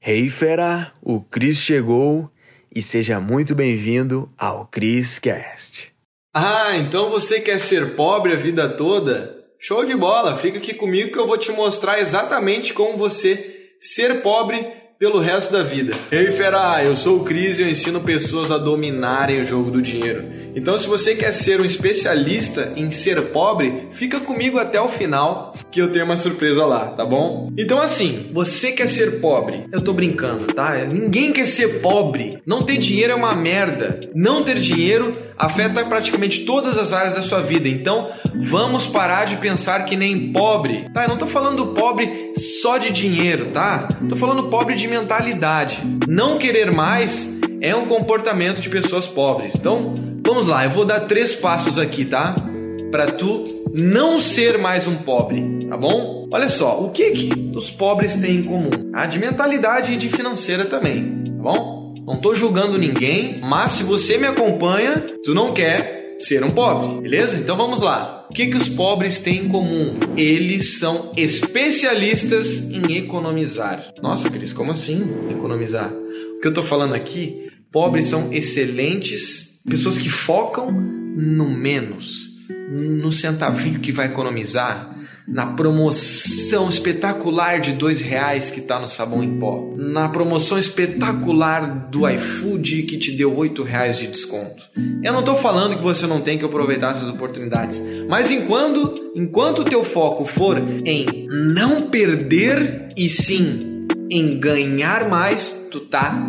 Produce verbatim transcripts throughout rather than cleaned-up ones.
Hey fera, o Cris chegou e seja muito bem-vindo ao CrisCast. Ah, então você quer ser pobre a vida toda? Show de bola, fica aqui comigo que eu vou te mostrar exatamente como você ser pobre pelo resto da vida. Ei fera, eu sou o Cris e eu ensino pessoas a dominarem o jogo do dinheiro. Então se você quer ser um especialista em ser pobre, fica comigo até o final que eu tenho uma surpresa lá, tá bom? Então assim, você quer ser pobre? Eu tô brincando, tá? Ninguém quer ser pobre. Não ter dinheiro é uma merda. Não ter dinheiro afeta praticamente todas as áreas da sua vida. Então vamos parar de pensar que nem pobre, tá? Eu não tô falando pobre só de dinheiro, tá? Tô falando pobre de mentalidade. Não querer mais é um comportamento de pessoas pobres. Então, vamos lá, eu vou dar três passos aqui, tá? Pra tu não ser mais um pobre, tá bom? Olha só, o que que os pobres têm em comum? Ah, de mentalidade e de financeira também, tá bom? Não tô julgando ninguém, mas se você me acompanha, tu não quer ser um pobre, beleza? Então vamos lá. O que que os pobres têm em comum? Eles são especialistas em economizar. Nossa, Cris, como assim economizar? O que eu tô falando aqui, pobres são excelentes, pessoas que focam no menos, no centavinho que vai economizar, na promoção espetacular de dois reais que está no sabão em pó, na promoção espetacular do iFood que te deu oito reais de desconto. Eu não estou falando que você não tem que aproveitar essas oportunidades, mas enquanto enquanto o teu foco for em não perder e sim em ganhar mais, tu tá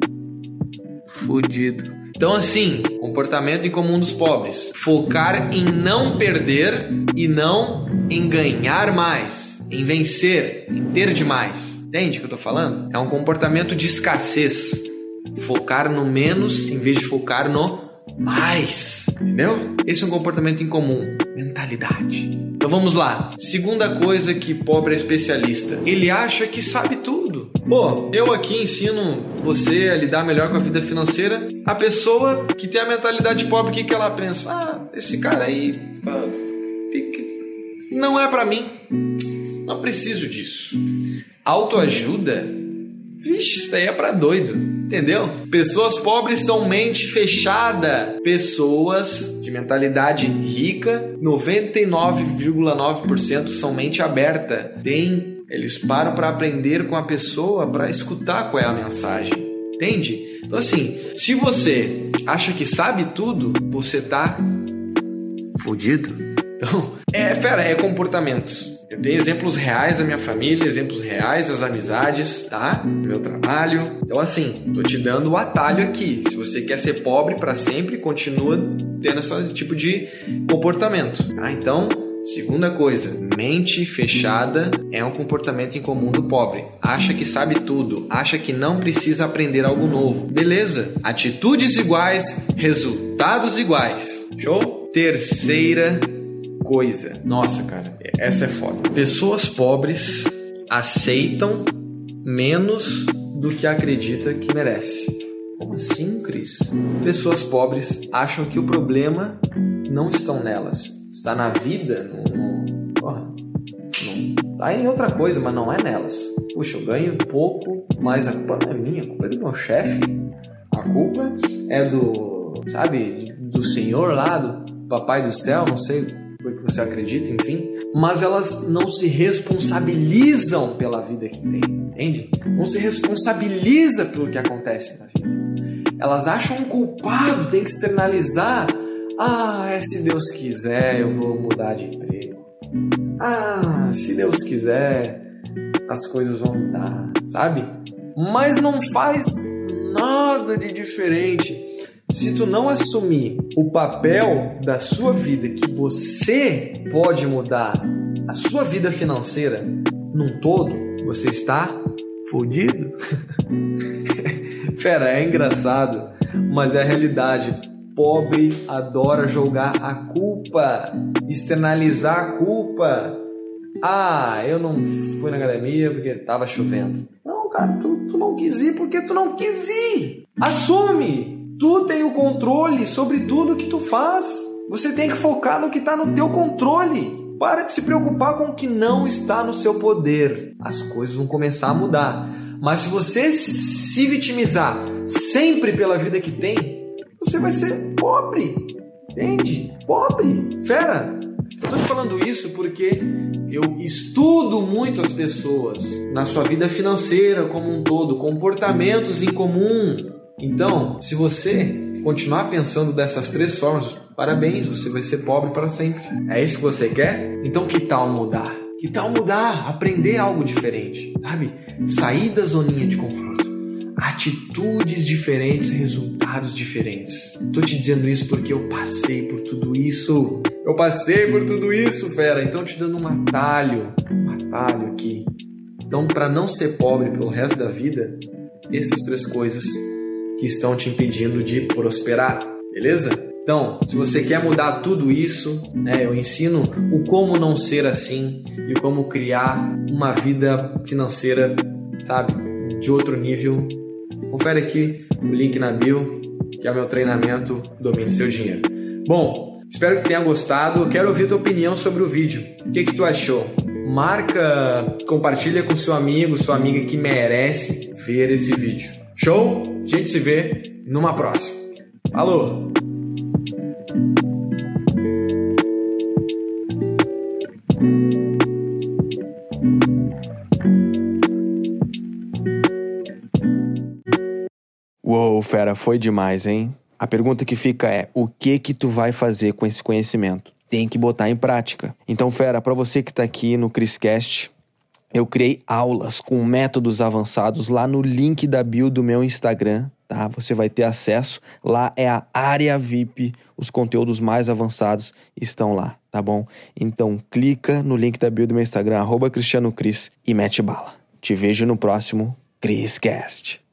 fudido. Então assim, comportamento em comum dos pobres, focar em não perder e não em ganhar mais, em vencer, em ter demais. Entende o que eu tô falando? É um comportamento de escassez, focar no menos em vez de focar no mais, entendeu? Esse é um comportamento em comum, mentalidade. Então vamos lá, segunda coisa que pobre é especialista, ele acha que sabe tudo. Pô, eu aqui ensino você a lidar melhor com a vida financeira. A pessoa que tem a mentalidade pobre, o que que ela pensa? Ah, esse cara aí não é pra mim, não preciso disso. Autoajuda? Vixe, isso daí é pra doido, entendeu? Pessoas pobres são mente fechada. Pessoas de mentalidade rica, noventa e nove vírgula nove por cento são mente aberta. Tem, eles param para aprender com a pessoa, para escutar qual é a mensagem, entende? Então assim, se você acha que sabe tudo, você tá fudido. Então, é, fera, é comportamentos. Eu tenho exemplos reais da minha família, exemplos reais das amizades, tá? Do meu trabalho. Então assim, tô te dando o atalho aqui. Se você quer ser pobre para sempre, continua tendo esse tipo de comportamento, tá? Então, segunda coisa, mente fechada é um comportamento incomum do pobre. Acha que sabe tudo, acha que não precisa aprender algo novo. Beleza, atitudes iguais, resultados iguais. Show? Terceira coisa. Nossa, cara, essa é foda. Pessoas pobres aceitam menos do que acredita que merece. Como assim, Cris? Pessoas pobres acham que o problema não estão nelas, está na vida, no, no, porra, no, tá em outra coisa, mas não é nelas. Puxa, eu ganho pouco, mas a culpa não é minha, a culpa é do meu chefe, a culpa é do, sabe, do senhor lá, do papai do céu, não sei o que você acredita, enfim, mas elas não se responsabilizam pela vida que tem, entende? Não se responsabiliza pelo que acontece na vida. Elas acham um culpado, tem que externalizar. Ah, é, se Deus quiser, eu vou mudar de emprego. Ah, se Deus quiser, as coisas vão mudar, sabe? Mas não faz nada de diferente. Se tu não assumir o papel da sua vida, que você pode mudar a sua vida financeira num todo, você está fodido. Fera, é engraçado, mas é a realidade. Pobre adora jogar a culpa, externalizar a culpa. Ah, eu não fui na academia porque estava chovendo. Não, cara, tu, tu não quis ir porque tu não quis ir. Assume! Tu tem o controle sobre tudo que tu faz. Você tem que focar no que está no teu controle. Para de se preocupar com o que não está no seu poder. As coisas vão começar a mudar. Mas se você se vitimizar sempre pela vida que tem, você vai ser pobre. Entende? Pobre. Fera. Eu tô te falando isso porque eu estudo muito as pessoas na sua vida financeira como um todo, comportamentos em comum. Então, se você continuar pensando dessas três formas, parabéns, você vai ser pobre para sempre. É isso que você quer? Então que tal mudar? Que tal mudar? Aprender algo diferente, sabe? Sair da zoninha de conforto. Atitudes diferentes, resultados diferentes. Tô te dizendo isso porque eu passei por tudo isso. Eu passei por tudo isso, fera. Então te dando um atalho, um atalho aqui. Então, para não ser pobre pelo resto da vida, essas três coisas que estão te impedindo de prosperar, beleza? Então, se você quer mudar tudo isso, né, eu ensino o como não ser assim e o como criar uma vida financeira, sabe, de outro nível. Confere aqui o link na bio, que é o meu treinamento Domine Seu Dinheiro. Bom, espero que tenha gostado. Eu quero ouvir tua opinião sobre o vídeo. O que que tu achou? Marca, compartilha com seu amigo, sua amiga que merece ver esse vídeo. Show? A gente se vê numa próxima. Falou! Uou, fera, foi demais, hein? A pergunta que fica é, o que que tu vai fazer com esse conhecimento? Tem que botar em prática. Então, fera, para você que tá aqui no ChrisCast, eu criei aulas com métodos avançados lá no link da bio do meu Instagram, tá? Você vai ter acesso. Lá é a área V I P, os conteúdos mais avançados estão lá, tá bom? Então, clica no link da bio do meu Instagram, arroba Cristiano Cris, e mete bala. Te vejo no próximo ChrisCast.